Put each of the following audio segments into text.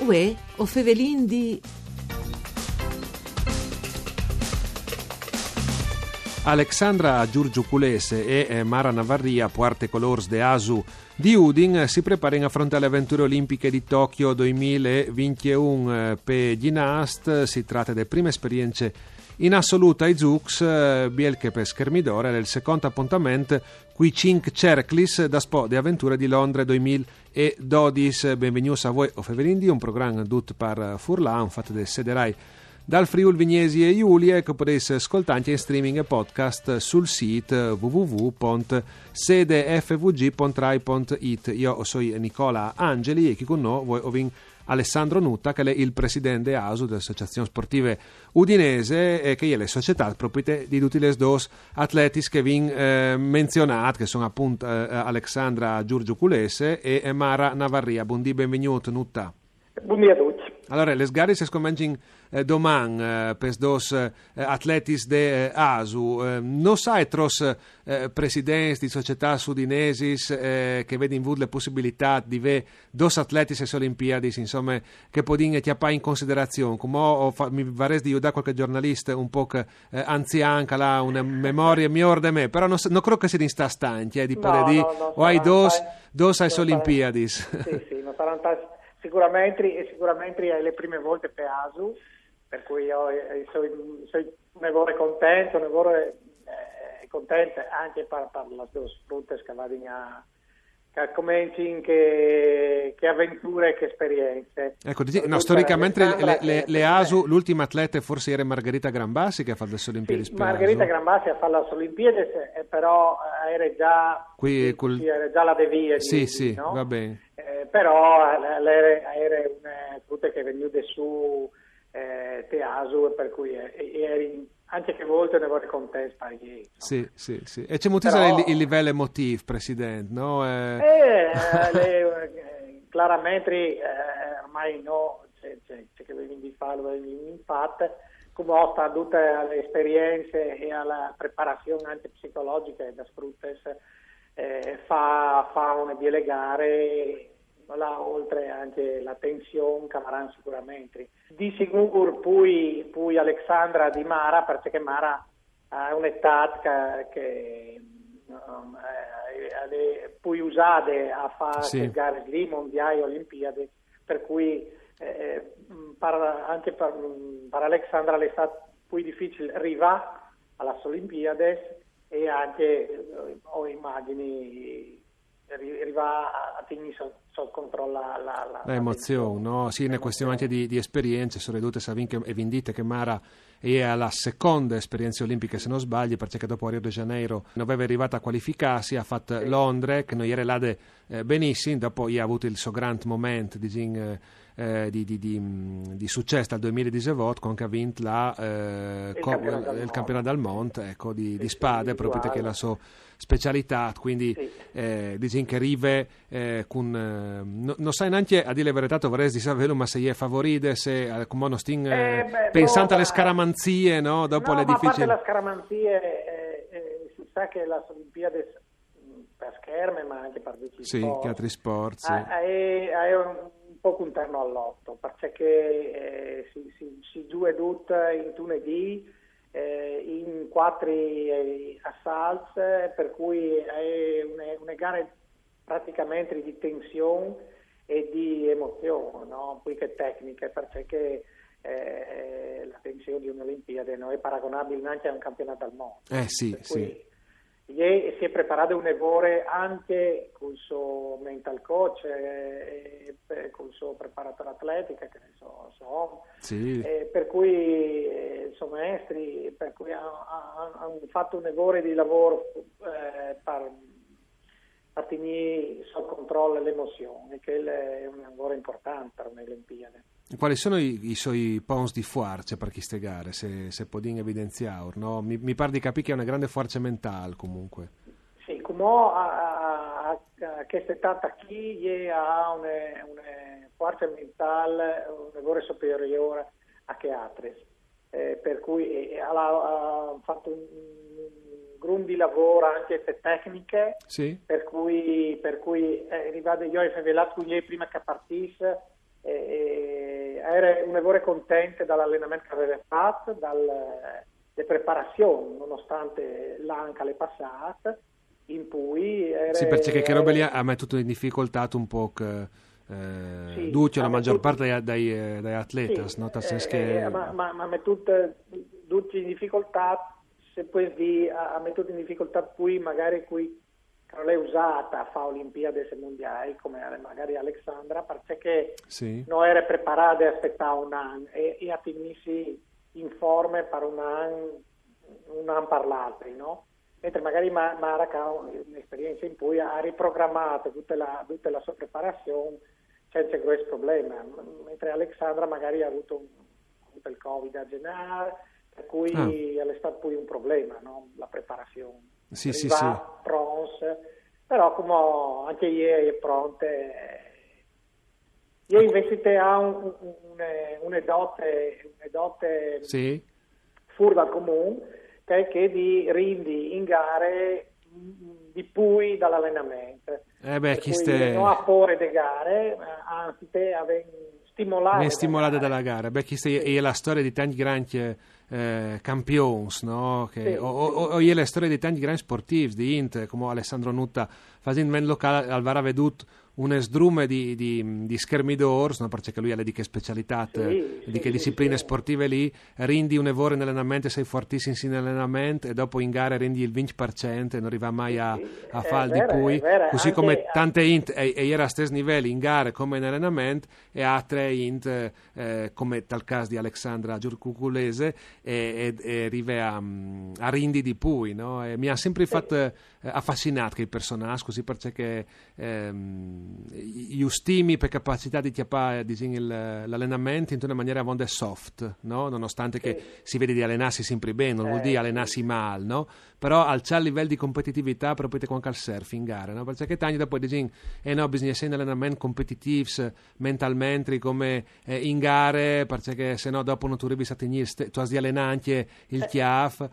Uè, o Fevelin di... Alexandra Giurgiu-Culese e Mara Navarria, Puarte Colors de Asu di Udin, si preparano a affrontare le avventure olimpiche di Tokyo 2021 per Ginast. Si tratta delle prime esperienze in assoluto ai Zux, bielche per schermidore, del secondo appuntamento qui 5 cerclis da Spo di avventure di Londra 2012. Benvenuti a voi o Fevelindi, un programma tutto per Furlan, fatto da Sederai dal Friuli Vignesi e Giulia, che potete ascoltare in streaming e podcast sul sito www.sedefvg.rai.it. Io sono Nicola Angeli e chi con noi voi ovin Alessandro Nutta, che è il presidente ASU dell'Associazione Sportive Udinese e che è la società proprietà di tutti le dos atletis che vi menzionate, che sono appunto Alexandra Giurgiu-Culese e Mara Navarria. Buondì, benvenuto Nutta. Buondì a tutti. Allora, le gare si scominciano domani per dos atletis de ASU. Non sai tros presidenti di società sudinesis che vedono in vud le possibilità di avere dos atletis e Olimpiadi, insomma, che podin chiappare in considerazione. Come mi varese di da qualche giornalista un po' anziano, che ha una memoria migliore di me, però non credo che si sta stanchi di poter dire o hai dos ai Olimpiadi. Sì, non saranno sicuramente è le prime volte per ASU, per cui io sono contento anche per le due frutte che vanno che cominciano che avventure, che esperienze. Ecco, storicamente le ASU, l'ultima atleta forse era Margherita Grambassi che ha fatto le Olimpiadi. Sì, Margherita Grambassi ha fatto le Olimpiadi, però era già era già la devia. Sì, no? Va bene. Però era una frutta che è venuta su Teasu, per cui eri anche che volte ne vorrei contento. Sì. E c'è molto il livello emotivo, Presidente, no? Chiaramente ormai no, c'è che devi farlo infatti, come ho sta tutte le esperienze e alla preparazione anche psicologica da sfruttes fa una biele gare. Là, oltre anche la tensione che avranno sicuramente. Di sicuro poi Alexandra di Mara, perché Mara ha un'età che poi usate a fare gare lì, mondiali, olimpiadi, per cui anche per Alexandra è stato più difficile arrivare alle Olimpiadi e anche ho immagini arriva a tenere sotto controllo l'emozione, no? Sì, è una questione anche di esperienze, sono ridotte e vindite che Mara è alla seconda esperienza olimpica, se non sbaglio, perché dopo Rio de Janeiro non aveva arrivato a qualificarsi, ha fatto Londra, che non era là benissimo, dopo ha avuto il suo grand moment di successo dal 2018 con che ha vinto il campionato del mondo, ecco, di spade, proprio perché è la sua specialità, quindi dicono che arriva con non sai neanche a dire la verità, vorresti sapere, ma se è favorite, se come non sting pensando alle scaramanzie, no? Dopo le difficili. A parte le scaramanzie si sa che la Olimpiadi per scherme, ma anche per sport, che altri sport è un po' un terno all'otto, perché si gioca tutto in lunedì in 4 assalti, per cui è una gara praticamente di tensione e di emozione, no? Poi che tecniche, perché la tensione di un'Olimpiade non è paragonabile neanche a un campionato al mondo. Sì. Si è preparato un evore anche con il suo mental coach e con il suo preparatore atletica, che ne so, per cui i suoi maestri, per cui hanno fatto un evore di lavoro per tenere sotto controllo l'emozione, che è un lavoro importante per un'Olimpiade. Quali sono i suoi punti di forza per queste gare, se podin evidenziare, no? Mi pare di capire che è una grande forza mentale comunque. Sì, come a questa età chi ha una forza mentale un lavoro superiore a che altri, per cui ha fatto un gruppo di lavoro anche per tecniche, per cui io ho rivelato con lei prima che partisse era un lavoro contento dall'allenamento che aveva fatto, dalle preparazioni, nonostante l'anca le passate, in cui era... Sì, perché che roba lì ha messo in difficoltà un po' sì, Duccio, la maggior parte dai atleti, sì, no? Ma tutte in difficoltà, se poi ha messo in difficoltà poi magari qui non l'è usata a fare Olimpiadi e mondiali come magari Alexandra, perché sì, non era preparata e aspettava un anno e a tenersi in forma per un anno per l'altro, no? Mentre magari Mara ha un'esperienza in cui ha riprogrammato tutta la sua preparazione senza grossi problemi, mentre Alexandra magari ha avuto il Covid a gennaio, per cui è stato poi un problema, no? La preparazione. Sì, sì, Bronze, però come anche ieri è pronta. Io invece ha una dote sì, fuori dal comune, che di rindi in gare di poi dall'allenamento. Non ha paura di gare, anzi te stimolate dalla gara. Beh, questa è la storia di tanti grandi campioni, no? O è la storia di tanti grandi sportivi di Int, come Alessandro Nutta, facendo men locale, Alvara vedut un sdrume di schermidors, no? Perché lui ha le di che specialità, di che discipline sportive lì, rindi un evore nell'allenamento, sei fortissimo in allenamento e dopo in gara rendi il 20% e non arriva mai a fare di cui, così come tante Int e era a stessi livelli in gare come in allenamento e altre Int come tal caso di Alexandra Giurcuculese e arriva a rindi di pui, no? E mi ha sempre fatto affascinato che i personaggi così perché gli stimi per capacità di chiappare l'allenamento in una maniera molto soft, no? Nonostante che si vede di allenarsi sempre bene, non vuol dire allenarsi male, no? Però alzare il livello di competitività proprio anche al surf in gara, no? Perché tanti dopo dicono no, bisogna essere in allenamento competitivi mentalmente come in gare, perché se no dopo non tu arrivi a tenere tu hai allenare anche il chiaf,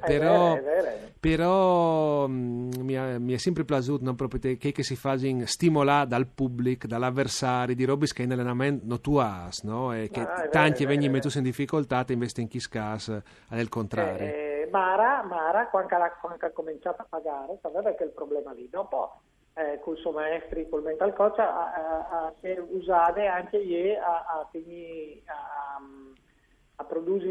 però mi è sempre piaciuto, no? Proprio che si fa stimolare dal pubblico, dall'avversario di robe che in allenamento non tu hai, no? E che tanti vengono messi in difficoltà e invece in chi scassa è il contrario. Mara quando ha cominciato a pagare sapeva che il problema lì dopo col suo maestro, col mental coach si è usato anche ieri a produrre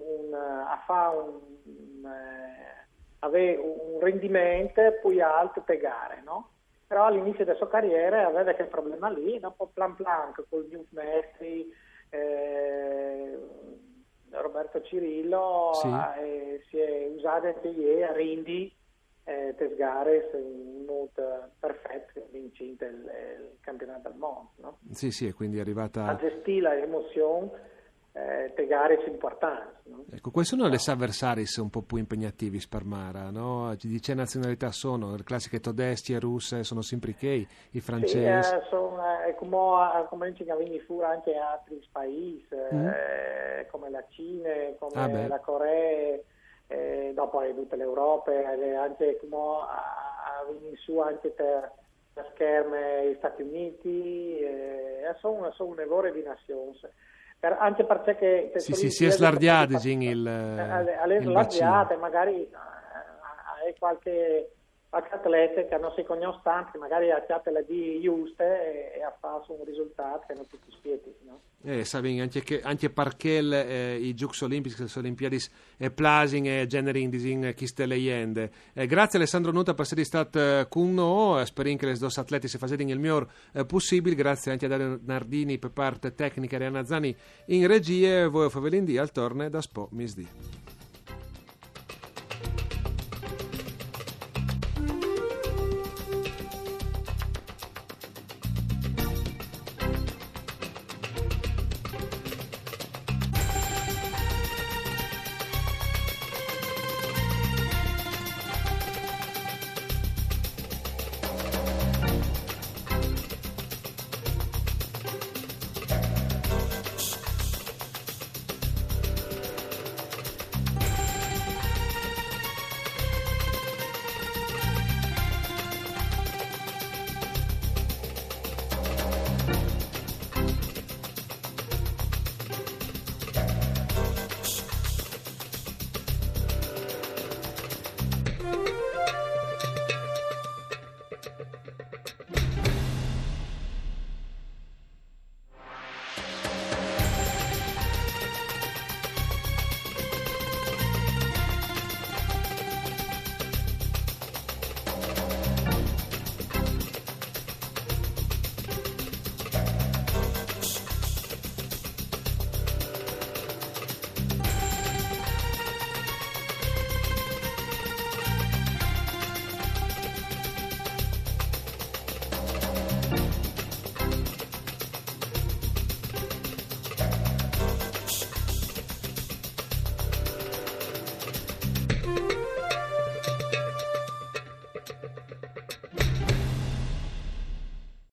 avere un rendimento poi alto per gare, no? Però all'inizio della sua carriera aveva quel problema lì, dopo plan col new maestri Roberto Cirillo si è usato anche ieri a rindi per gare in modo perfetto, vincente il campionato del mondo, no? Sì, e quindi è arrivata a gestire l'emozione per gare importanti, no? Ecco, quali sono le avversari un po' più impegnativi per Mara, no? Di che nazionalità sono? Le classiche tedesche, russe, sono sempre i francesi? Sì, come ci vengono fuori anche altri paesi, come la Cina, come la Corea, dopo tutta l'Europa, anche come vengono su anche per scherme gli Stati Uniti, sono un evore di nazioni. Anche perché si è slardiato alle slardiate, magari hai qualche atleta che non si conosce tanto, magari ha fatto le di giuste e ha fatto un risultato che non tutti spieti, no? Saben anche perché i Giochi Olimpici, le Olimpiadi e Plasing e Genering disin queste leggende. Grazie Alessandro Nuta per essere stato con noi, speriamo che le due atleti si facciano il miglior possibile, grazie anche a Dario Nardini per parte tecnica e Arianna Zani in regie, voi Favelindi al torne da Spo Misdi.